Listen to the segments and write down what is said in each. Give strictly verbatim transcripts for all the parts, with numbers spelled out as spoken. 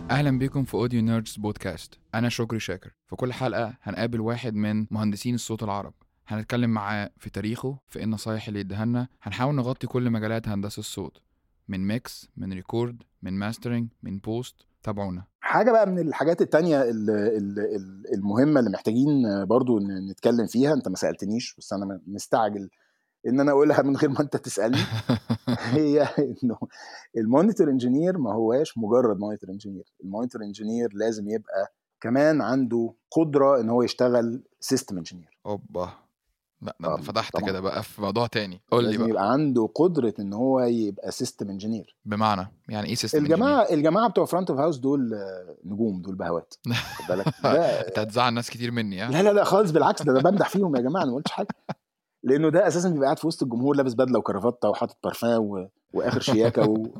أهلا بكم في أوديو نيردز بودكاست. أنا شكري شاكر. في كل حلقة هنقابل واحد من مهندسين الصوت العرب، هنتكلم معاه في تاريخه، في إيه النصايح اللي يدهنا. هنحاول نغطي كل مجالات هندسة الصوت، من ميكس، من ريكورد، من ماسترينج، من بوست. تابعونا. حاجة بقى من الحاجات التانية ال- ال- ال- المهمة اللي محتاجين برضو ن- نتكلم فيها. انت ما سألتنيش بس انا مستعجل ان انا اقولها من غير ما انت تسألني. هي انه المونيتور انجينير ما هواش مجرد مونيتور انجينير. المونيتور انجينير لازم يبقى كمان عنده قدرة ان هو يشتغل سيستم انجينير. أوبا، لا ده انت اه فتحت طبعا كده بقى في موضوع تاني. قول لي لازم بقى. يبقى عنده قدرة ان هو يبقى سيستم انجينير. بمعنى يعني إيه سيستم الجماعة انجينير؟ الجماعة بتوع فرونت اوف هاوس دول آه، نجوم، دول بهوات. خد بالك ده. انت هتزعل ناس كتير مني. ها لا لا لا خالص، بالعكس، ده انا بمدح فيهم يا جماعه، انا ما قلتش حاجه. لانه ده اساسا بيبقى قاعد في وسط الجمهور لابس بدله وكرافته وحاطط بارفان و... واخر شياكه و...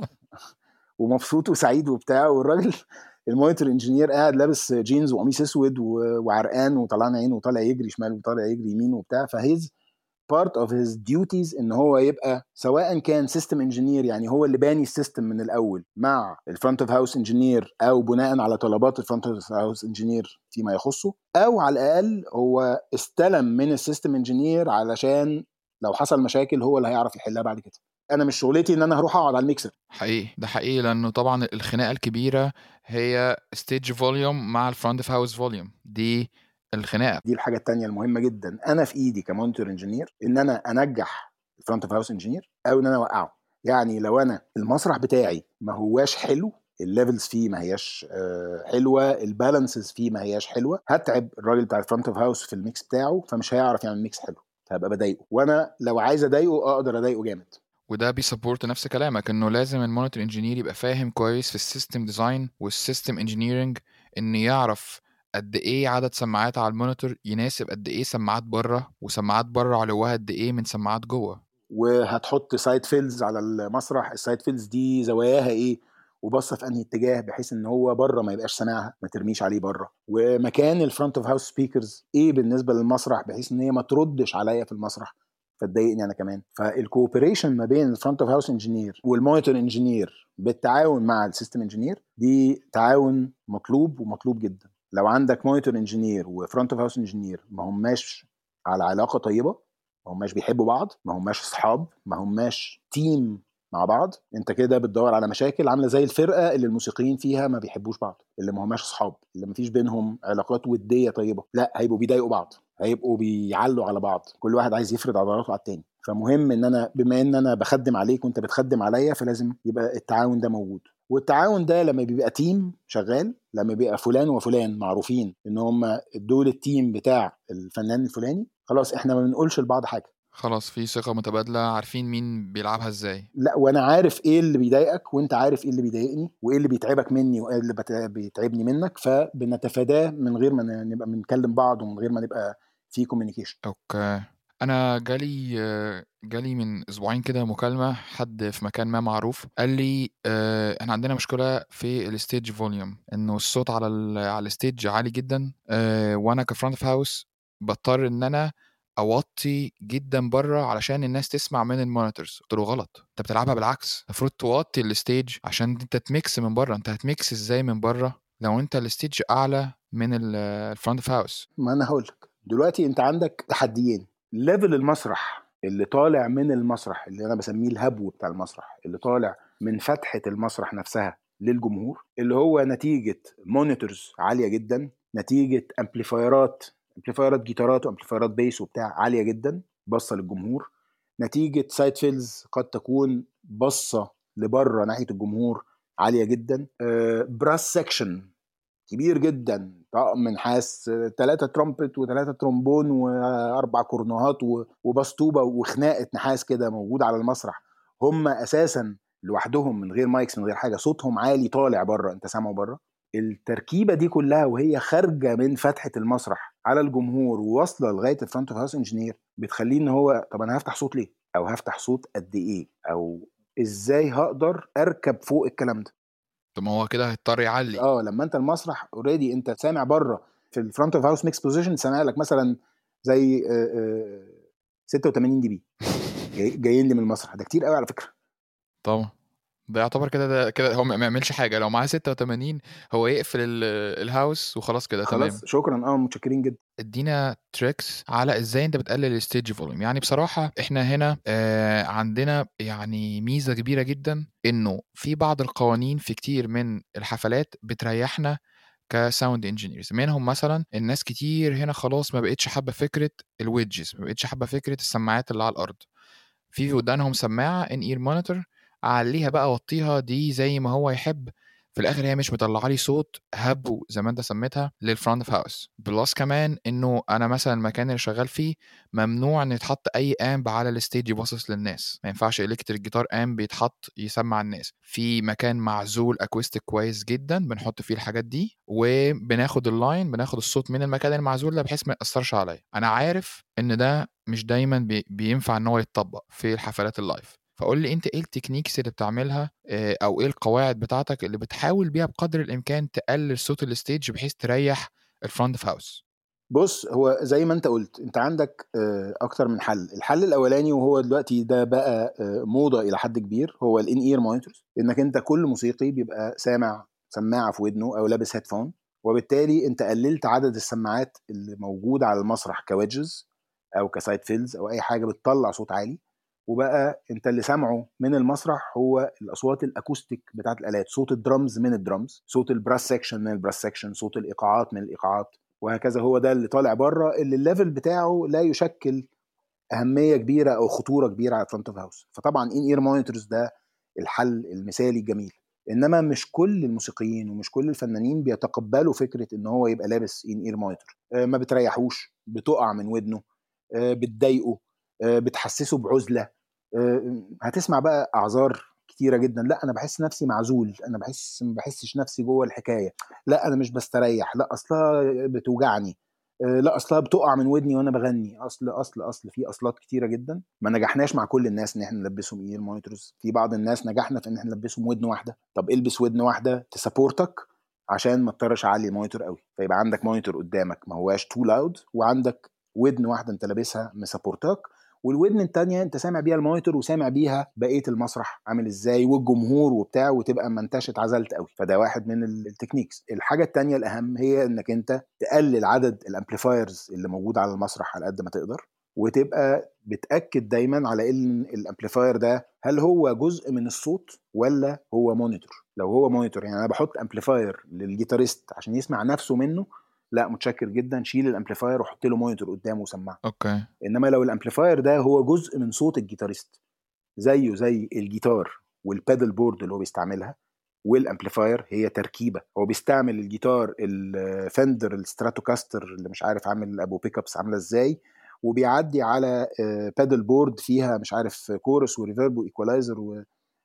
ومبسوط وسعيد وبتاع، والراجل المونيتور انجينير قاعد لابس جينز وقميص اسود و... وعرقان وطلعان عينه وطالع يجري شمال وطالع يجري يمين وبتاع. فهيز part of his duties ان هو يبقى سواء كان سيستم انجينير، يعني هو اللي باني السيستم من الاول مع الفرونت اوف هاوس انجينير، او بناء على طلبات الفرونت اوف هاوس انجينير فيما يخصه، او على الاقل هو استلم من السيستم انجينير علشان لو حصل مشاكل هو اللي هيعرف يحلها بعد كده. انا مش شغلتي ان انا هروح اقعد على الميكسر. حقيقي، ده حقيقي، لأنه طبعا الخناقة الكبيرة هي ستيج فوليوم مع الفرونت اوف هاوس فوليوم. دي الخناقة. دي الحاجه التانية المهمه جدا. انا في ايدي كمونيتور انجينير ان انا انجح الفرونت اوف هاوس انجينير او ان انا اوقعه. يعني لو انا المسرح بتاعي ما هواش حلو، الليفلز فيه ما هياش آه، حلوه، البالانسز فيه ما هياش حلوه، هتعب الراجل بتاع الفرونت اوف هاوس في الميكس بتاعه، فمش هيعرف يعمل ميكس حلو، فهبقى بضايقه. وانا لو عايز اضايقه اقدر اضايقه جامد. وده بيسبورت نفس كلامك، انه لازم المونيتور انجينير يبقى فاهم كويس في السيستم ديزاين والسيستم انجينيرنج، ان يعرف قد ايه عدد سماعات على المونيتور يناسب قد ايه سماعات بره، وسماعات بره علوها قد ايه من سماعات جوه. وهتحط سايد فيلز على المسرح، السايد فيلز دي زواياها ايه وبصه في انهي اتجاه، بحيث ان هو بره ما يبقاش سامعها، ما ترميش عليه بره. ومكان الفرونت اوف هاوس سبيكرز ايه بالنسبه للمسرح، بحيث ان هي ما تردش عليا في المسرح فتضايقني انا كمان. فالكوبريشن ما بين الفرونت اوف هاوس انجينير والمونيتور انجينير بالتعاون مع السيستم انجينير، دي تعاون مطلوب ومطلوب جدا. لو عندك مونيتور انجينير وفرونت اوف هاوس انجينير ما هماش على علاقه طيبه، ما هماش بيحبوا بعض، ما هماش اصحاب، ما هماش تيم مع بعض، انت كده بتدور على مشاكل. عامله زي الفرقه اللي الموسيقيين فيها ما بيحبوش بعض، اللي ما هماش اصحاب، اللي ما فيش بينهم علاقات وديه طيبه، لا هيبقوا بيضايقوا بعض، هيبقوا بيعلوا على بعض، كل واحد عايز يفرض عضلاته على التاني. فمهم ان انا بما ان انا بخدم عليك وانت بتخدم عليا، فلازم يبقى التعاون ده موجود. والتعاون ده لما بيبقى تيم شغال، لما بيبقى فلان وفلان معروفين ان هم دول التيم بتاع الفنان الفلاني، خلاص احنا ما بنقولش لبعض حاجه. خلاص في ثقة متبادلة، عارفين مين بيلعبها ازاي. لا، وانا عارف ايه اللي بيضايقك وانت عارف ايه اللي بيضايقني وايه اللي بيتعبك مني وايه اللي بت- بيتعبني منك، فبنتفاداه من غير ما ن- نبقى بنكلم بعض ومن غير ما نبقى في كوميونيكيشن. اوكي. انا جالي جالي من اسبوعين كده مكالمه، حد في مكان ما معروف قال لي آه، احنا عندنا مشكله في الستيج فوليوم، انه الصوت على ال- على الستيج عالي جدا، آه، وانا كفرونت اوف هاوس بضطر ان انا اوطي جدا بره علشان الناس تسمع من المونيتورز. قلت له غلط، انت بتلعبها بالعكس، المفروض توطي الستيج عشان انت تميكس من بره. انت هتميكس ازاي من بره لو انت الستيج اعلى من الفرونت اوف هاوس؟ ما انا هقول لك دلوقتي، انت عندك تحديين. ليفل المسرح اللي طالع من المسرح، اللي انا بسميه الهبو بتاع المسرح، اللي طالع من فتحة المسرح نفسها للجمهور، اللي هو نتيجة مونيتورز عالية جدا، نتيجة امبليفايرات امبليفايرات جيتارات وامبليفايرات بيس وبتاع عالية جدا باصة للجمهور، نتيجة سايد فيلز قد تكون باصة لبره ناحية الجمهور عالية جدا، براس سكشن كبير جدا، طقم نحاس، ثلاثة ترومبت وثلاثة ترومبون واربع كورنوهات و- وبسطوبه وخناقه نحاس كده موجود على المسرح. هم اساسا لوحدهم من غير مايكس من غير حاجه، صوتهم عالي طالع بره، انت سامعه بره. التركيبه دي كلها وهي خارجه من فتحه المسرح على الجمهور وواصله لغايه الفرونت اوف هاوس انجينير، بتخليه ان هو طب انا هفتح صوت ليه، او هفتح صوت قد ايه، او ازاي هقدر اركب فوق الكلام ده. طب ما هو كده هيضطر يعلي. اه لما انت المسرح اوريدي انت سامع بره في الفرونت اوف هاوس ميكس بوزيشن، سامع لك مثلا زي آه، آه، ستة وثمانين دي بي جاي- جايين لي من المسرح، ده كتير قوي على فكره. طبعا ده يعتبر كده، ده كده هو ما ما يعملش حاجة، لو معاه ستة وتمانين هو يقفل ال الhouse وخلاص كده تمام. خلاص شكرًا، آه متشكرين جدًا. ادّينا tricks على إزاي أنت بتقلل الstage volume. يعني بصراحة إحنا هنا آآ عندنا يعني ميزة كبيرة جدًا، إنه في بعض القوانين في كتير من الحفلات بتريحنا كsound engineers. منهم مثلًا الناس كتير هنا خلاص ما بقتش حابة فكرة الwedges، ما بقتش حابة فكرة السماعات اللي على الأرض. في في ودانهم سماعة in ear monitor، أعلّيها بقى أوطّيها دي زي ما هو يحب، في الآخر هي مش مطلّعة لي صوت هَبْو زي ما أنت سميتها للfront of house. plus كمان إنه أنا مثلًا المكان اللي شغّال فيه ممنوع إن يتحط أي amp على الstage يباصص للناس، ما ينفعش electric guitar amp يتحط يسمّع الناس. في مكان معزول acoustic كويس جدًا بنحط فيه الحاجات دي، وبناخد الline بناخد الصوت من المكان المعزول ده بحيث ما يأثّرش عليّا. أنا عارف إن ده مش دايمًا بي بينفع إن هو يتطبّق في الحفلات الlive. فقُل لي أنت إيه الtechniques اللي بتعملها آآ أو إيه القواعد بتاعتك اللي بتحاول بيها بقدر الإمكان تقلل صوت الstage بحيث تريّح الfront of house؟ بُص، هو زي ما أنت قُلت، أنت عندك آآ أكتر من حل. الحل الأولاني وهو دلوقتي ده بقى آآ موضة إلى حد كبير، هو الin-ear monitors، إنّك أنت كل موسيقي بيبقى سامع سماعة في ودنه أو لابس headphone، وبالتالي أنت قلّلت عدد السماعات اللي موجودة على المسرح كwedges أو كside fills أو أي حاجة بتطلّع صوت عالي، وبقى أنت اللي سامعه من المسرح هو الأصوات الأكوستيك بتاعة الآلات، صوت الdrums من الdrums، صوت الbrass section من الbrass section، صوت الإيقاعات من الإيقاعات، وهكذا. هو ده اللي طالع بره، اللي الليفل بتاعه لا يشكل أهمية كبيرة أو خطورة كبيرة على الفرونت اوف هاوس. فطبعا ان اير مونيتورز ده الحل المثالي الجميل. انما مش كل الموسيقيين ومش كل الفنانين بيتقبلوا فكره ان هو يبقى لابس ان اير مونيتور. ما بتريحوش، بتقع من ودنه، آه، بتضايقه، آه، بتحسسه بعزله. آه، هتسمع بقى اعذار كتيره جدا: لا انا بحس نفسي معزول، انا بحس ما بحسش نفسي جوه الحكايه، لا انا مش بستريح، لا اصلها بتوجعني، آه، لا اصلها بتقع من ودني وانا بغني. اصل اصل اصل في اصلات كتيره جدا. ما نجحناش مع كل الناس ان احنا نلبسهم اير مونيتورز. في بعض الناس نجحنا في ان احنا نلبسهم ودن واحده. طب البس ودن واحده تسابورتك عشان ما اضطرش اعلي المونيتور قوي، فيبقى عندك مونيتور قدامك ما هواش تو لاود، وعندك ودن واحده انت لابسها مسابورتك، والودن التانية انت سامع بيها المونيتور وسامع بيها بقيه المسرح عامل ازاي والجمهور وبتاع، وتبقى ما انتش اتعزلت قوي. فده واحد من التكنيكس. الحاجه التانية الاهم هي انك انت تقلل عدد الامبليفايرز اللي موجود على المسرح على قد ما تقدر، وتبقى بتاكد دايما على ان الامبليفاير ده هل هو جزء من الصوت ولا هو مونيتور. لو هو مونيتور، يعني انا بحط امبليفاير للجيتاريست عشان يسمع نفسه منه، لا متشكر جدا، شيل الامبليفاير وحط له مونيتور قدامه وسمعه. أوكي. انما لو الامبليفاير ده هو جزء من صوت الجيتاريست، زيه زي الجيتار والبادل بورد اللي هو بيستعملها، والامبليفاير هي تركيبه. هو بيستعمل الجيتار الفندر الستراتوكاستر اللي مش عارف عامل ابو بيك ابس عامله ازاي، وبيعدي على بادل بورد فيها مش عارف كورس وريفيرب وايكولايزر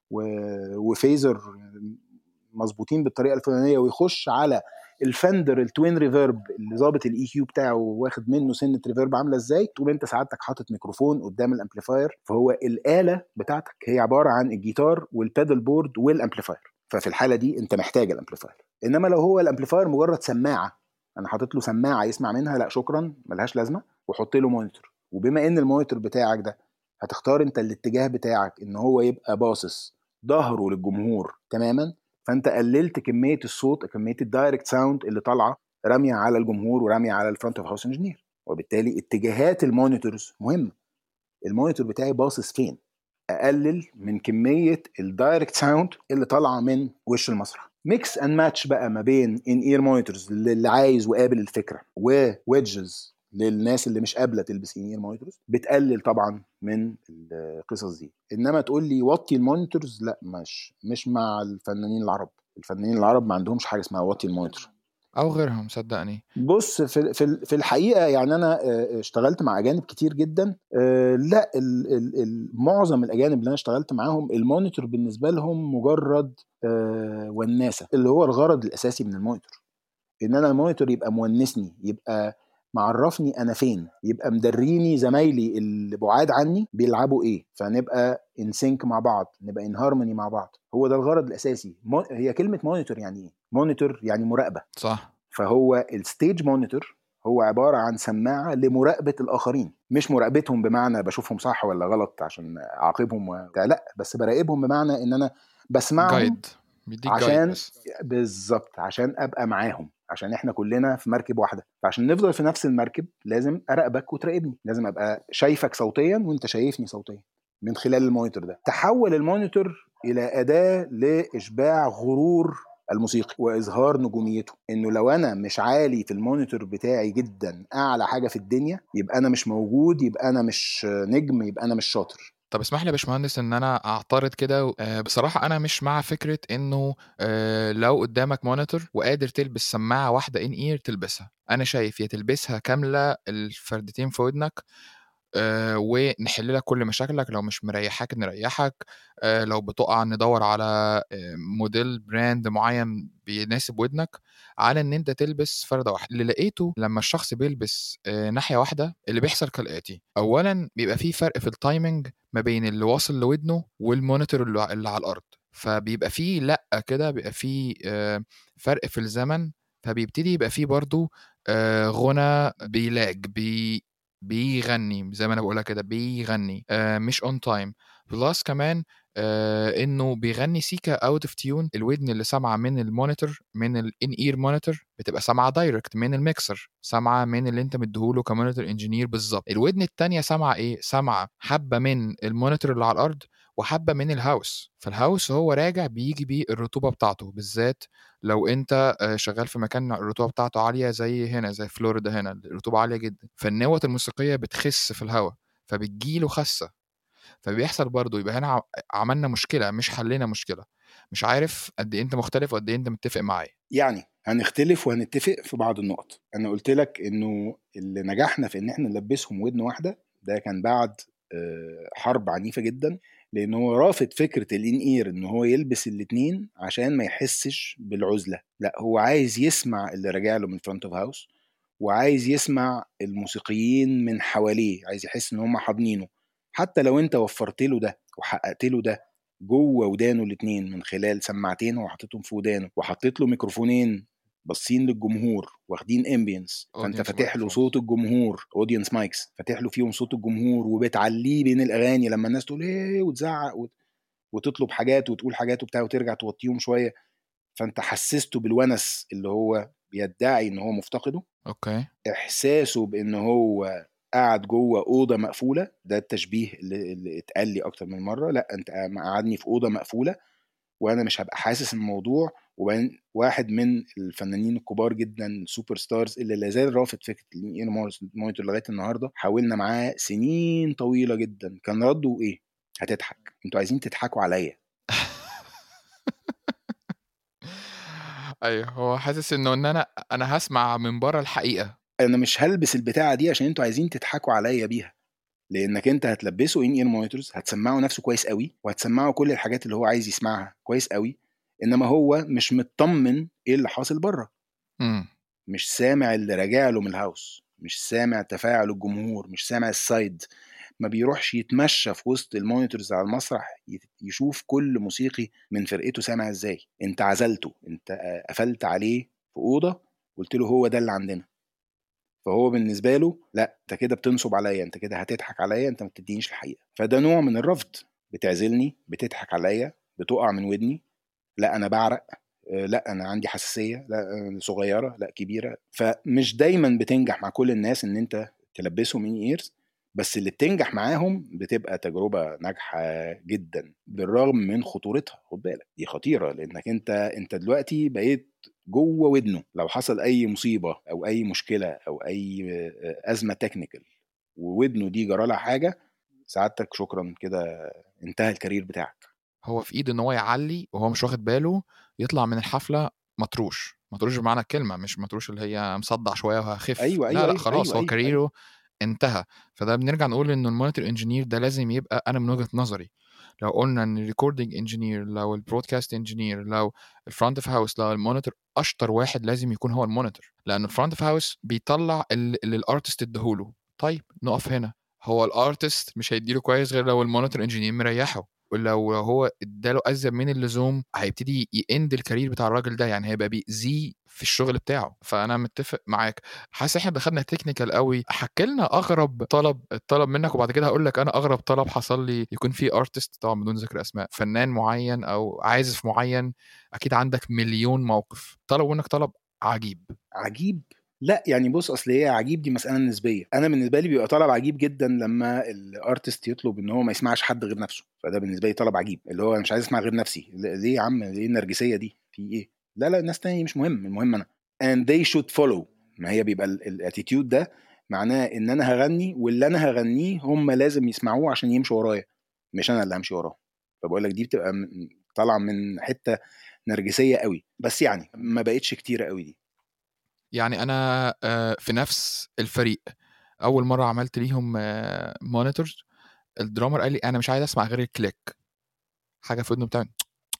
وفيزر مظبوطين بالطريقه الفلانيه، ويخش على الفندر التوين ريفيرب اللي ظابط الاي كيو بتاعه واخد منه سنه ريفيرب عامله ازاي. تقوم انت سعادتك حاطط ميكروفون قدام الامبليفاير، فهو الاله بتاعتك هي عباره عن الجيتار والبادل بورد والامبليفاير. ففي الحاله دي انت محتاج الامبليفاير. انما لو هو الامبليفاير مجرد سماعه، انا حاطط له سماعه يسمع منها، لا شكرا ملهاش لازمه، وحط له مونيتور. وبما ان المونيتور بتاعك ده هتختار انت الاتجاه بتاعك ان هو يبقى باصص ظهره للجمهور تماما، فانت قللت كميه الصوت، كميه الدايركت ساوند اللي طالعه راميه على الجمهور وراميه على الفرونت اوف هاوس انجينير. وبالتالي اتجاهات المونيتورز مهمه. المونيتور بتاعي باصص فين، اقلل من كميه الدايركت ساوند اللي طالعه من وش المسرح. ميكس اند ماتش بقى ما بين ان اير مونيتورز للي عايز وقابل الفكره، وويدجز للناس اللي مش قابله تلبس ان اير مونيتورز، بتقلل طبعا من القصص دي. انما تقول لي وطي المونيتورز، لا، مش مش مع الفنانين العرب. الفنانين العرب ما عندهمش حاجه اسمها وطي المونيتور. أو غيرهم صدّقني. بص، في في في الحقيقه يعني انا آه، اشتغلت مع اجانب كتير جدا. آه، لا ال- ال- ال- معظم الاجانب اللي انا اشتغلت معاهم المونيتور بالنسبه لهم مجرد آه، وناسه. اللي هو الغرض الاساسي من المونيتور ان انا المونيتور يبقى مونسني، يبقى معرفني انا فين، يبقى مدريني زمايلي اللي بعاد عني بيلعبوا ايه، فنبقى ان سينك مع بعض، نبقى ان هارموني مع بعض. هو ده الغرض الاساسي. هي كلمه مونيتور يعني ايه؟ مونيتور يعني مراقبه. صح. فهو الستيج مونيتور هو عبارة عن سماعة لمراقبة الآخرين، مش مراقبتهم بمعنى بشوفهم صح ولا غلط عشان أعاقبهم و... لا، بس براقبهم بمعنى إن أنا بسمعهم جايد، بيديك جايد عشان بس. بالظبط عشان أبقى معاهم، عشان إحنا كلنا في مركب واحدة، فعشان نفضل في نفس المركب لازم أراقبك وتراقبني، لازم أبقى شايفك صوتيا وإنت شايفني صوتيا من خلال المونيتور ده. تحول المونيتور إلى أداة لإشباع غرور الموسيقي وإظهار نجوميته، إنه لو أنا مش عالي في المونيتور بتاعي جدا أعلى حاجة في الدنيا، يبقى أنا مش موجود، يبقى أنا مش نجم، يبقى أنا مش شاطر. طب اسمح لي يا باشمهندس ان انا اعترض كده. آه، بصراحه انا مش مع فكره انه آه، لو قدامك مونيتور وقادر تلبس سماعه واحده ان اير تلبسها. انا شايف يا تلبسها كامله الفردتين في ودنك، آه، ونحل لك كل مشاكلك. لو مش مريحاك نريحك، آه، لو بتقع ندور على آه، موديل براند معين بيناسب ودنك، على ان انت تلبس فرده واحده. اللي لقيته لما الشخص بيلبس آه، ناحيه واحده، اللي بيحصل كالاتي: اولا بيبقى في فرق في التايمنج ما بين اللي واصل لودنه والمونيتور اللي اللي على الارض، فبيبقى فيه لا كده، بيبقى فيه آه، فرق في الزمن، فبيبتدي يبقى فيه برضو آه، غنى بيلاج بي بيغني زي ما انا بقولها كده، بيغني آه مش اون تايم. بلس كمان آه انه بيغني سيكا اوت اوف تيون. الودن اللي سامعه من المونيتور، من الان اير مونيتور، بتبقى سامعه دايركت من الميكسر، سامعه من اللي انت مديهوله كمونيتور انجينير بالظبط. الودن التانية سامعه ايه؟ سامعه حبه من المونيتور اللي على الارض وحبه من الهاوس. فالهاوس هو راجع بيجي بيه الرطوبه بتاعته، بالذات لو انت آه، شغال في مكان الرطوبه بتاعته عاليه زي هنا، زي فلوريدا هنا الرطوبه عاليه جدا، فالنوت الموسيقيه بتخس في الهواء، فبتجيله خسه، فبيحصل برضه. يبقى هنا ع- عملنا مشكله مش حلينا مشكله. مش عارف قد ايه انت مختلف وقد ايه انت متفق معايا. يعني هنختلف وهنتفق في بعض النقط. انا قلت لك انه اللي نجحنا في ان احنا نلبسهم ودن واحده ده كان بعد آه، حرب عنيفه جدا، لان هو رافض فكره الان اير ان هو يلبس الاتنين عشان ما يحسش بالعزله، لا هو عايز يسمع اللي راجع له من فرونت اوف هاوس، وعايز يسمع الموسيقيين من حواليه، عايز يحس ان هم حاضنينه. حتى لو انت وفرت له ده وحققت له ده جوه ودانه الاتنين من خلال سماعتين هو حاططهم في ودانه، وحطيت له ميكروفونين باصين للجمهور واخدين امبيانس، فانت اودينس فاتح له مايكروفونز. صوت الجمهور، اودينس مايكس فاتح له فيهم صوت الجمهور، وبتعليه بين الاغاني لما الناس تقول ايه وتزعق وت- وتطلب حاجات وتقول حاجات وبتاع وترجع توطيهم شويه، فانت حسسته بالونس اللي هو بيدعي ان هو مفتقده. اوكي. احساسه بان هو قاعد جوه اوضه مقفوله، ده التشبيه اللي, اللي اتقال لي اكتر من مره، لا انت قاعدني في اوضه مقفوله وانا مش هبقى حاسس الموضوع. وبعدين واحد من الفنانين الكبار جدا سوبر ستارز اللي لازال رافض فكره الان مونيتور لغايه النهارده، حاولنا معاه سنين طويله جدا، كان رده ايه؟ هتضحك، انتوا عايزين تضحكوا عليا. ايوه، هو حاسس انه ان انا انا هسمع من بره الحقيقه. انا مش هلبس البتاعه دي عشان انتوا عايزين تضحكوا عليا بيها، لانك انت هتلبسه ان اير مونيتورز، هتسمعه نفسه كويس قوي وهتسمعه كل الحاجات اللي هو عايز يسمعها كويس قوي، انما هو مش مطمن ايه اللي حاصل بره، امم مش سامع اللي راجع له من الهاوس، مش سامع تفاعل الجمهور، مش سامع السايد، ما بيروحش يتمشى في وسط المونيتورز على المسرح يشوف كل موسيقي من فرقته سامع ازاي. انت عزلته، انت قفلت عليه في اوضه، قلت له هو ده اللي عندنا، فهو بالنسبه له لا انت كده بتنصب عليا، انت كده هتضحك عليا، انت ما بتدينيش الحقيقه، فده نوع من الرفض. بتعزلني، بتضحك عليا، بتقع من ودني، لا انا بعرق، آه، لا انا عندي حساسيه، لا أنا صغيره، لا كبيره. فمش دايما بتنجح مع كل الناس ان انت تلبسهم ان ايرز، بس اللي بتنجح معاهم بتبقى تجربه ناجحه جدا بالرغم من خطورتها. خد بالك دي خطيره، لانك انت انت دلوقتي بقيت جوه ودنه، لو حصل اي مصيبه او اي مشكله او اي آه، ازمه تكنيكال وودنه دي جرالها حاجه، سعادتك شكرا كده، انتهى الكارير بتاعك. هو في ايده ان هو يعلي وهو مش واخد باله، يطلع من الحفله مطروش. مطروش بمعنى الكلمه، مش مطروش اللي هي مصدع شويه وهخف، ايوه لا ايوه لا، ايوه خلاص ايوه هو ايوه, أيوة. كاريره انتهى. فده بنرجع نقول انه المونيتور انجينير ده لازم يبقى، انا من وجهه نظري لو قلنا ان الريكوردنج انجينير، لو البرودكاست انجينير، لو الفرونت اوف هاوس، لو المونيتور، اشطر واحد لازم يكون هو المونيتور، لان الفرونت اوف هاوس بيطلع اللي الارتست اداهوله. طيب نقف هنا، هو الارتست مش هيديله كويس غير لو المونيتور انجينير مريحه. لو هو اداله ازيد من اللزوم هيبتدي ياند الكارير بتاع الراجل ده، يعني هيبقى بيأذيه في الشغل بتاعه. فانا متفق معاك. حاسس احنا دخلنا تكنيكال قوي. حكي لنا اغرب طلب اتطلب منك، وبعد كده هقول لك انا اغرب طلب حصل لي يكون فيه ارتست، طبعا بدون ذكر اسماء، فنان معين او عازف معين. اكيد عندك مليون موقف طلبوا منك طلب عجيب. عجيب؟ لا يعني بص، اصل هي عجيب دي مساله نسبيه. انا بالنسبه لي بيبقى طلب عجيب جدا لما الارتست يطلب ان هو ما يسمعش حد غير نفسه، فده بالنسبه لي طلب عجيب، اللي هو انا مش عايز اسمع غير نفسي. ليه يا عم؟ ليه النرجسيه دي؟ في ايه؟ لا لا، الناس تانية مش مهم، المهم انا. and they should follow. ما هي بيبقى الاتيتيود ده معناه ان انا هغني، واللي انا هغنيه هم لازم يسمعوه عشان يمشوا ورايا، مش انا اللي همشي وراه. فبقول لك دي بتبقى طالعه من حته نرجسيه قوي، بس يعني ما بقتش كتيره قوي دي. يعني انا في نفس الفريق اول مره عملت ليهم مونيتورز، الدرامر قال لي انا مش عايز اسمع غير الكليك، حاجه في ودنه بتعمل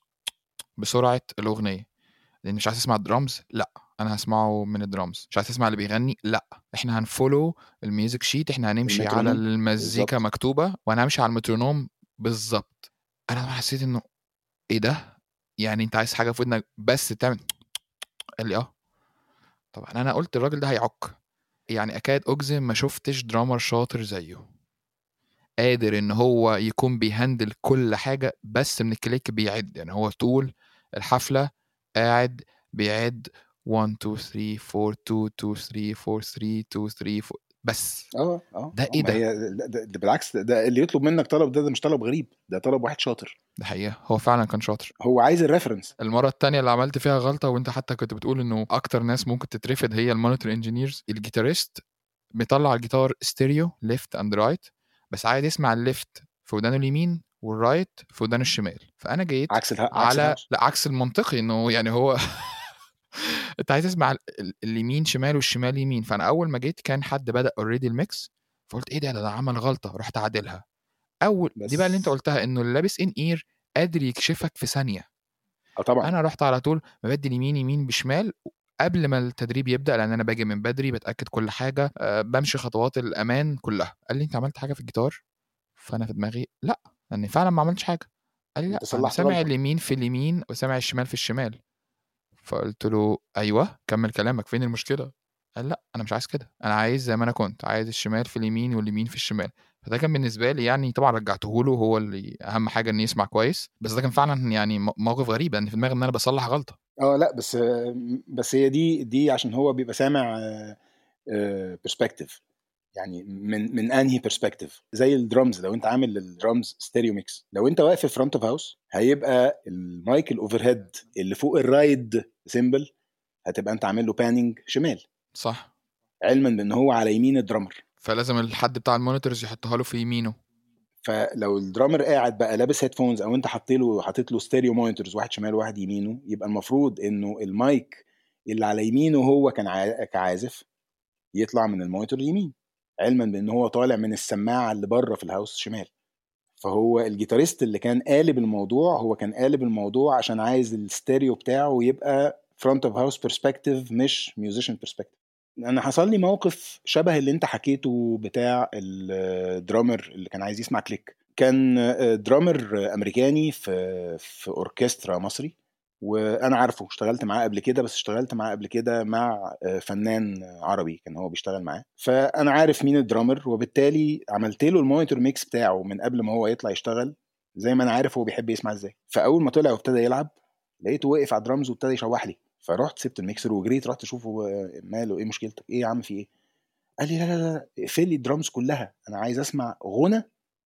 بسرعه الاغنيه. لان مش عايز اسمع الدرامز، لا انا هسمعه من الدرامز. مش عايز تسمع اللي بيغني، لا احنا هنفولو الميوزك شيت، احنا هنمشي على المترونوم المزيكا بالظبط. مكتوبه وانا همشي على المترونوم بالظبط. انا حسيت انه ايه ده؟ يعني انت عايز حاجه في ودنك بس تعمل. قال لي اه. طبعا انا قلت الراجل ده هيعك. يعني اكاد اجزم ما شفتش درامر شاطر زيه، قادر ان هو يكون بيهندل كل حاجه بس من الكليك بيعد. يعني هو طول الحفله قاعد بيعد واحد اتنين تلاتة اربعة اتنين اتنين تلاتة اربعة تلاتة اتنين تلاتة اربعة بس. اه اه ده اه ايه ما ده؟ هي ده, ده, ده بالعكس، ده, ده اللي يطلب منك طلب ده, ده مش طلب غريب، ده طلب واحد شاطر. ده حقيقه هو فعلا كان شاطر. هو عايز الريفرنس. المره التانية اللي عملت فيها غلطه، وانت حتى كنت بتقول انه اكتر ناس ممكن تترفض هي المونيتور انجينيرز، الجيتاريست بيطلع الجيتار ستيريو ليفت اند رايت، بس عايز يسمع الليفت في ودانه اليمين والرايت في ودانه الشمال. فانا جيت عكس الها... عكس على الهاوس. لا عكس المنطقي، انه يعني هو انت عايز تسمع ال- ال- اليمين شمال والشمال يمين. فانا اول ما جيت كان حد بدأ اوريدي الميكس، فقلت ايه ده ده عمل غلطه، رحت عادلها. اول دي بقى اللي انت بس قلتها، انه اللي لابس ان اير قادر يكشفك في ثانيه. اه طبعا. انا رحت على طول مبدل يمين يمين بشمال قبل ما التدريب يبدأ، لان انا باجي من بدري بتأكد كل حاجه، أه بمشي خطوات الامان كلها. قال لي انت عملت حاجه في الجيتار؟ فانا في دماغي لا، لاني فعلا ما عملتش حاجه. قال لي انت لا انا صلحت سامع غلطه. اليمين في اليمين وسامع الشمال في الشمال. فقلت له ايوه كمل كلامك، فين المشكله؟ قال لا انا مش عايز كده، انا عايز زي ما انا كنت عايز الشمال في اليمين واليمين في الشمال. فده كان بالنسبه لي يعني طبعا رجعته له، هو اللي اهم حاجه انه يسمع كويس. بس ده كان فعلا يعني م- موقف غريب، لان في دماغي ان انا بصلح غلطه. اه لا بس بس هي دي دي عشان هو بيبقى سامع برسبكتيف. يعني من من انهي برسبكتيف؟ زي الدرامز، لو انت عامل الدرامز ستيريو ميكس، لو انت واقف في فرونت اوف هاوس هيبقى المايك الاوفر هيد اللي فوق الرايد سيمبل هتبقى انت عامل له باننج شمال، صح. علما بان هو على يمين الدرامر. فلازم الحد بتاع المونيتورز يحطها له في يمينه. فلو الدرامر قاعد بقى لابس هيدفونز، او انت حاطط له حاطط له ستيريو مونيتورز، واحد شمال وواحد يمينه، يبقى المفروض انه المايك اللي على يمينه هو كان عا- كعازف يطلع من المونيتور اليمين، علما بان هو طالع من السماعه اللي بره في الهاوس شمال. فهو الجيتاريست اللي كان قالب الموضوع، هو كان قالب الموضوع عشان عايز الستيريو بتاعه يبقى فرونت اوف هاوس برسبكتيف مش ميوزيشن برسبكتيف. انا حصل لي موقف شبه اللي انت حكيته بتاع الدرامر اللي كان عايز يسمع كليك. كان درامر امريكاني في في اوركسترا مصري، وانا عارفه، اشتغلت معاه قبل كده، بس اشتغلت معاه قبل كده مع فنان عربي كان هو بيشتغل معاه، فانا عارف مين الدرامر، وبالتالي عملت له المونيتور ميكس بتاعه من قبل ما هو يطلع يشتغل، زي ما انا عارف هو بيحب يسمع ازاي. فاول ما طلع وابتدى يلعب لقيته واقف على الدرامز وابتدى يشوح لي، فرحت سبت الميكسر وجريت رحت اشوفه هو ماله، ايه مشكلتك، ايه يا عم في ايه؟ قال لي لا لا لا، اقفل لي الدرامز كلها، انا عايز اسمع غنى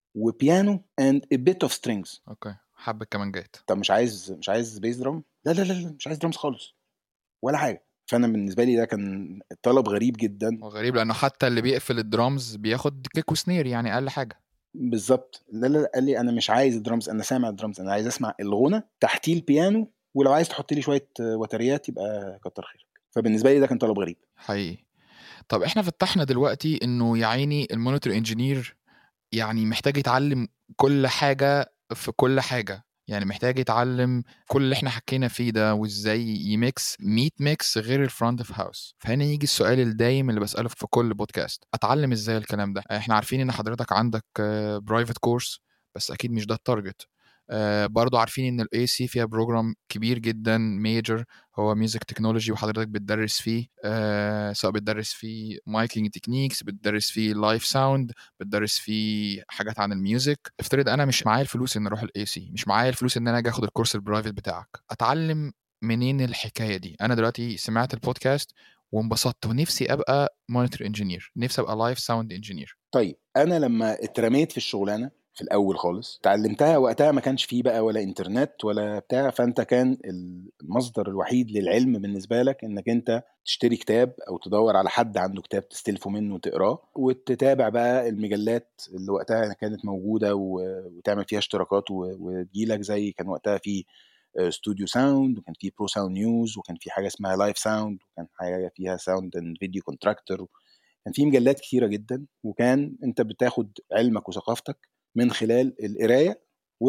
وبيانو and a bit of strings. اوكي حب الكمانجات. طب مش عايز مش عايز بيس درام؟ لا لا لا لا، مش عايز درامز خالص ولا حاجه. فانا بالنسبه لي ده كان طلب غريب جدا. وغريب لانه حتى اللي بيقفل الدرامز بياخد كيك وسنير، يعني اقل حاجه. بالظبط. لا لا لا، قال لي انا مش عايز الدرامز، انا سامع الدرامز، انا عايز اسمع الغنى تحتيه البيانو، ولو عايز تحط لي شويه وتريات يبقى كتر خيرك. فبالنسبه لي ده كان طلب غريب. حقيقي. طب احنا فتحنا دلوقتي انه يا عيني المونيتور انجينير يعني محتاج يتعلم كل حاجة في كل حاجة، يعني محتاج يتعلم كل اللي احنا حكينا فيه ده، وازاي يميكس ميت ميكس غير الفرونت اوف هاوس. فهنا يجي السؤال الدايم اللي بسأله في كل بودكاست، اتعلم ازاي الكلام ده؟ احنا عارفين ان حضرتك عندك برايفت كورس، بس اكيد مش ده التارجت. آه برضو عارفين ان الاي سي فيها بروجرام كبير جدا ميجر هو ميوزك تكنولوجي، وحضرتك بتدرس فيه آه سواء بتدرس فيه مايكينج تكنيكس، بتدرس فيه لايف ساوند، بتدرس فيه حاجات عن الميوزك. افترض انا مش معايا الفلوس ان اروح الاي سي، مش معايا الفلوس ان انا اجي اخد الكورس البرايفت بتاعك، اتعلم منين الحكايه دي؟ انا دلوقتي سمعت البودكاست وانبسطت ونفسي ابقى مونيتور انجينير، نفسي ابقى لايف ساوند انجينير. طيب انا لما اترميت في الشغلانه في الاول خالص اتعلمتها، وقتها ما كانش فيه بقى ولا انترنت ولا بتاع، فانت كان المصدر الوحيد للعلم بالنسبه لك انك انت تشتري كتاب او تدور على حد عنده كتاب تستلفه منه وتقراه، وتتابع بقى المجلات اللي وقتها كانت موجوده وتعمل فيها اشتراكات وتجيلك، زي كان وقتها في استوديو ساوند، وكان في برو ساوند نيوز، وكان في حاجه اسمها لايف ساوند، وكان حاجه فيها ساوند اند فيديو كونتراكتور. كان في مجلات كتيرة جدا، وكان انت بتاخد علمك وثقافتك من خلال القراية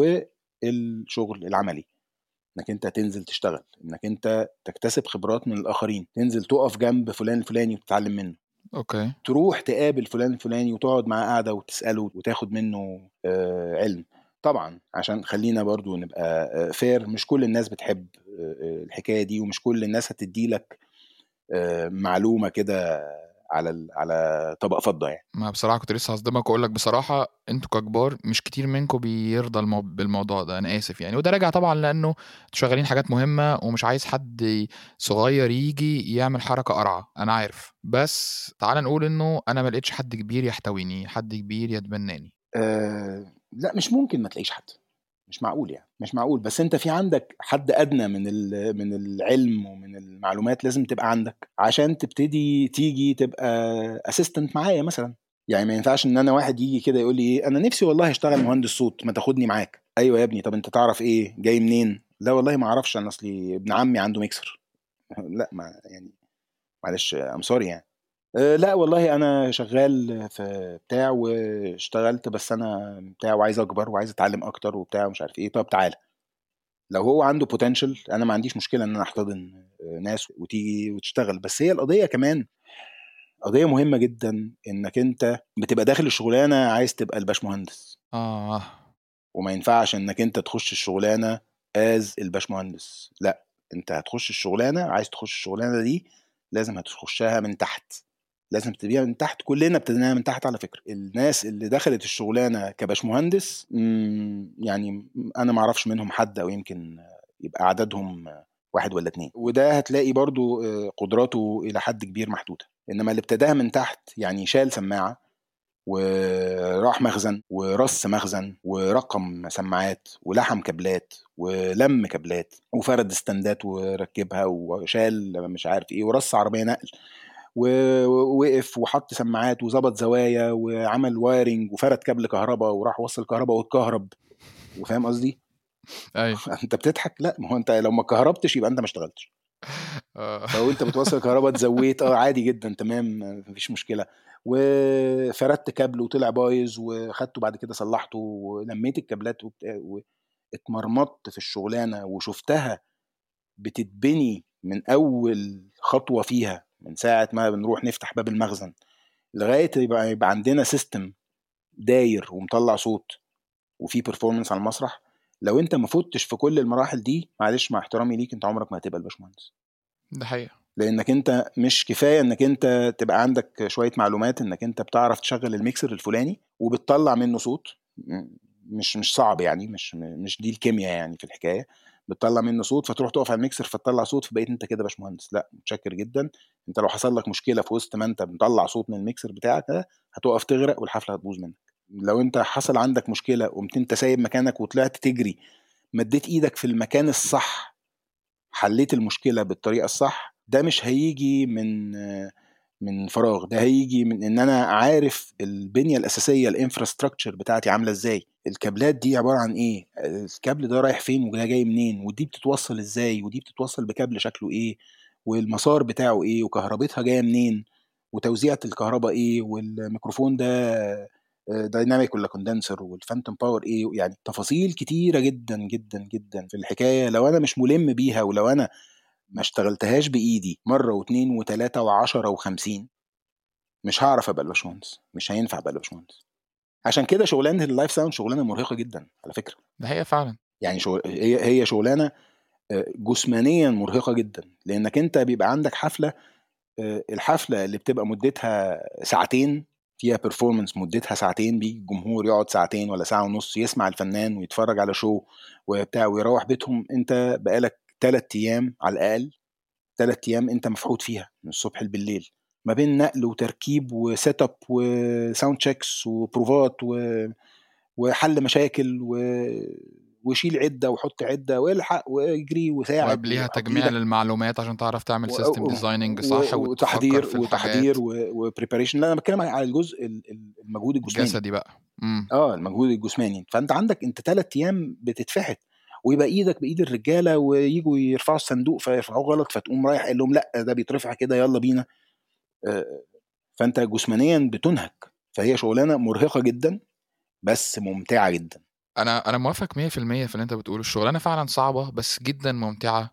والشغل العملي، انك انت تنزل تشتغل، انك انت تكتسب خبرات من الاخرين، تنزل تقف جنب فلان الفلاني وتتعلم منه، اوكي. تروح تقابل فلان الفلاني وتقعد معاه قاعدة وتسأله وتاخد منه آه علم. طبعا عشان خلينا برضو نبقى فير، مش كل الناس بتحب آه الحكاية دي، ومش كل الناس هتدي لك آه معلومة كده على على طبق فضة يعني. ما بصراحة كنت لسه هصدمك واقول لك بصراحة انتوا ككبار مش كتير منكم بيرضى المو... بالموضوع ده، انا اسف يعني، وده راجع طبعا لانه انتوا شغالين حاجات مهمة ومش عايز حد صغير يجي يعمل حركة قرعة، انا عارف، بس تعال نقول انه انا ما لقيتش حد كبير يحتويني، حد كبير يتبناني. أه لا، مش ممكن ما تلاقيش حد، مش معقول يعني، مش معقول. بس انت في عندك حد ادنى من من العلم ومن المعلومات لازم تبقى عندك عشان تبتدي تيجي تبقى اسيستنت معايا مثلا. يعني ما ينفعش ان انا واحد يجي كده يقول لي ايه، انا نفسي والله اشتغل مهندس صوت، ما تاخدني معاك. ايوه يا ابني، طب انت تعرف ايه، جاي منين؟ لا والله ما اعرفش، انا اصلي ابن عمي عنده ميكسر. لا ما يعني، معلش ام سوري يعني. أه لا والله انا شغال في بتاع واشتغلت، بس انا بتاع وعايز اكبر وعايز اتعلم اكتر وبتاع ومش عارف ايه. طب تعالى، لو هو عنده بوتنشال انا ما عنديش مشكله ان انا احتضن ناس وتيجي وتشتغل. بس هي القضيه كمان قضيه مهمه جدا، انك انت بتبقى داخل الشغلانه عايز تبقى الباشمهندس، اه. وما ينفعش انك انت تخش الشغلانه از الباشمهندس. لا، انت هتخش الشغلانه، عايز تخش الشغلانه دي لازم هتخشها من تحت، لازم تبتديها من تحت. كلنا ابتديناها من تحت على فكره. الناس اللي دخلت الشغلانه كباشمهندس يعني انا ما اعرفش منهم حد، او يمكن يبقى عددهم واحد ولا اتنين، وده هتلاقي برضو قدراته الى حد كبير محدوده. انما اللي ابتداها من تحت يعني شال سماعه وراح مخزن ورص مخزن ورقم سماعات ولحم كابلات ولم كابلات وفرد استندات وركبها وشال مش عارف ايه ورص عربية نقل ووقف وحط سماعات وظبط زوايا وعمل وايرنج وفرد كابل كهرباء وراح وصل كهرباء واتكهرب. وفاهم قصدي؟ اي. انت بتضحك؟ لا، ما هو انت لو ما كهربتش يبقى انت ما اشتغلتش. آه. لو انت بتوصل كهرباء تزويت اه عادي جدا تمام مفيش مشكله، وفردت كابل وطلع بايظ وخدته بعد كده صلحته ولميت الكابلات واتمرمطت في الشغلانه وشفتها بتتبني من اول خطوه فيها، من ساعه ما بنروح نفتح باب المخزن لغايه يبقى, يبقى عندنا سيستم داير ومطلع صوت وفي بيرفورمانس على المسرح. لو انت ما فتش في كل المراحل دي، معلش مع احترامي ليك، انت عمرك ما هتبقى الباشمهندس. ده حقيقة. لانك انت مش كفايه انك انت تبقى عندك شويه معلومات انك انت بتعرف تشغل الميكسر الفلاني وبتطلع منه صوت، مش مش صعب يعني، مش مش دي الكيمياء يعني في الحكايه. بتطلع منه صوت فتروح تقف على الميكسر فتطلع صوت فبقيت انت كده باشمهندس. لا، متشكر جدا. انت لو حصل لك مشكله في وسط ما انت مطلع صوت من الميكسر بتاعك ده هتقف تغرق والحفله هتبوظ منك. لو انت حصل عندك مشكله قمت انت سايب مكانك وطلعت تجري، مديت ايدك في المكان الصح، حليت المشكله بالطريقه الصح، ده مش هيجي من من فراغ، ده هيجي من ان انا عارف البنيه الاساسيه الانفراستراكشر بتاعتي عامله ازاي، الكابلات دي عباره عن ايه، الكابل ده رايح فين وده جاي منين، ودي بتتوصل ازاي، ودي بتتوصل بكابل شكله ايه، والمسار بتاعه ايه، وكهربتها جايه منين، وتوزيعة الكهرباء ايه، والميكروفون ده دايناميك ولا كوندنسر، والفانتوم باور ايه. يعني تفاصيل كتيره جدا جدا جدا في الحكايه، لو انا مش ملم بيها ولو انا ما اشتغلتهاش بايدي مره واثنين وثلاثه وعشرة وخمسين مش هعرف ابقى الباشمهندس، مش هينفع ابقى الباشمهندس. عشان كده شغلانه اللايف ساوند شغلانه مرهقه جدا على فكره. ده حقيقة فعلا. يعني شغل هي هي شغلانه جسمانيا مرهقه جدا، لانك انت بيبقى عندك حفله، الحفله اللي بتبقى مدتها ساعتين فيها بيرفورمانس مدتها ساعتين، بيجي الجمهور يقعد ساعتين ولا ساعه ونص يسمع الفنان ويتفرج على شو وبتاع ويروح بيتهم. انت بقالك ثلاث ايام على الاقل، ثلاث ايام انت مفحوط فيها من الصبح بالليل، ما بين نقل وتركيب وسيت اب وساوند تشيكس وبروفات و... وحل مشاكل و... وشيل عده وحط عده والحق واجري وساعد وقبليها وحط تجميع ايدك للمعلومات عشان تعرف تعمل و... سيستم و... ديزايننج صح و... وتفكر وتحضير في الحاجات. وتحضير وبريباريشن. لا انا بتكلم على الجزء المجهود الجسماني. الجسدي بقى. امم اه المجهود الجسماني. فانت عندك انت ثلاث ايام بتتفحت، ويبقى ايدك بايد الرجاله ويجوا يرفعوا الصندوق فيرفعوه غلط، فتقوم رايح قال لهم لا ده بيترفع كده يلا بينا. آه، فانت جسمانيا بتنهك. فهي شغلانه مرهقه جدا بس ممتعه جدا. انا انا موافق مية في المية في اللي انت بتقوله. الشغلانه فعلا صعبه بس جدا ممتعه،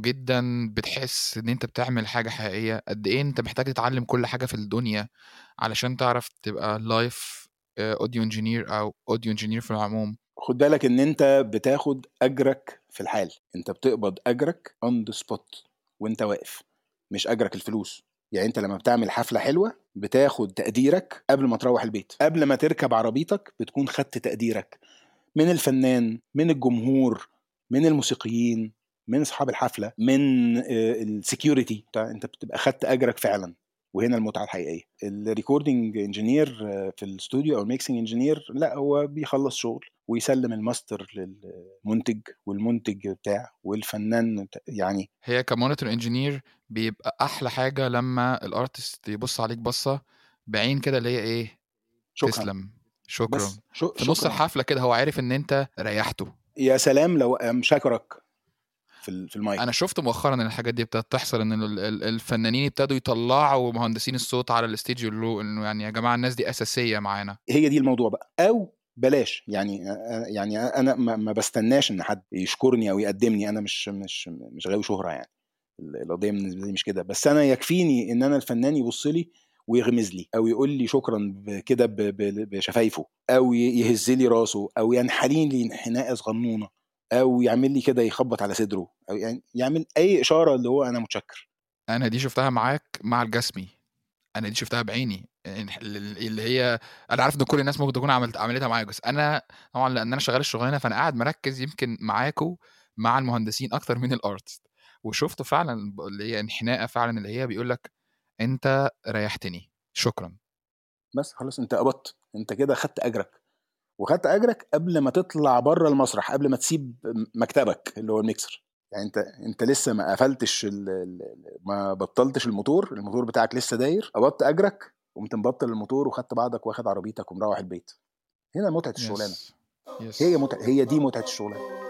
وجدا بتحس ان انت بتعمل حاجه حقيقيه. قد ايه انت محتاج تتعلم كل حاجه في الدنيا علشان تعرف تبقى لايف اوديو انجينير او اوديو انجينير في العموم. خد بالك ان انت بتاخد اجرك في الحال، انت بتقبض اجرك اون ذا سبوت وانت واقف، مش اجرك الفلوس. يعني انت لما بتعمل حفله حلوه بتاخد تقديرك قبل ما تروح البيت، قبل ما تركب عربيتك بتكون خدت تقديرك من الفنان، من الجمهور، من الموسيقيين، من اصحاب الحفله، من السكيورتي. انت بتبقى خدت اجرك فعلا. وهنا المتعه الحقيقيه. الريكوردينج انجينير في الاستوديو او الميكسينج انجينير لا، هو بيخلص شغل ويسلم الماستر للمنتج والمنتج بتاع والفنان. يعني هي كمونيتور انجينير بيبقى احلى حاجه لما الارتست يبص عليك بصه بعين كده اللي هي ايه، شكرا. تسلم، شكرا. بس شو في نص شكرا. الحفله كده هو عارف ان انت ريحته. يا سلام لو قام شكرك في في المايك. انا شفت مؤخرا ان الحاجات دي ابتدت تحصل، ان ال- ال- الفنانين ابتدوا يطلعوا مهندسين الصوت على الاستيج يقولوا انه يعني يا جماعه الناس دي اساسيه معانا. هي دي الموضوع بقى. او بلاش يعني، يعني انا ما ما بستناش ان حد يشكرني او يقدمني، انا مش مش مش غاوي شهره يعني. القضيه بالنسبه لي مش كده، بس انا يكفيني ان انا الفنان يبص لي ويغمز لي او يقول لي شكرا كده بشفايفه، او يهز لي راسه، او ينحني لي انحناء صغنونه، او يعمل لي كده يخبط على صدره، او يعني يعمل اي اشاره اللي هو انا متشكر. انا دي شفتها معاك مع الجسمي، انا دي شفتها بعيني اللي هي انا عارف ان كل الناس ممكن تكون عملت عملتها معايا، بس انا طبعا لان انا شغال الشغلانه فانا قاعد مركز يمكن معاكو مع المهندسين اكتر من الارتست، وشفته فعلا اللي هي انحناءه فعلا اللي هي بيقول لك انت ريحتني شكرا. بس خلاص انت قبضت، انت كده خدت اجرك، وخدت اجرك قبل ما تطلع بره المسرح، قبل ما تسيب مكتبك اللي هو الميكسر. يعني انت انت لسه ما قفلتش ال... ال- ما بطلتش الموتور، الموتور بتاعك لسه داير، قبضت اجرك وقمت مبطل الموتور وخدت بعضك واخد عربيتك ومروح البيت. هنا متعه الشغلانه. يس هي يس. متعة، هي دي متعه الشغلانه.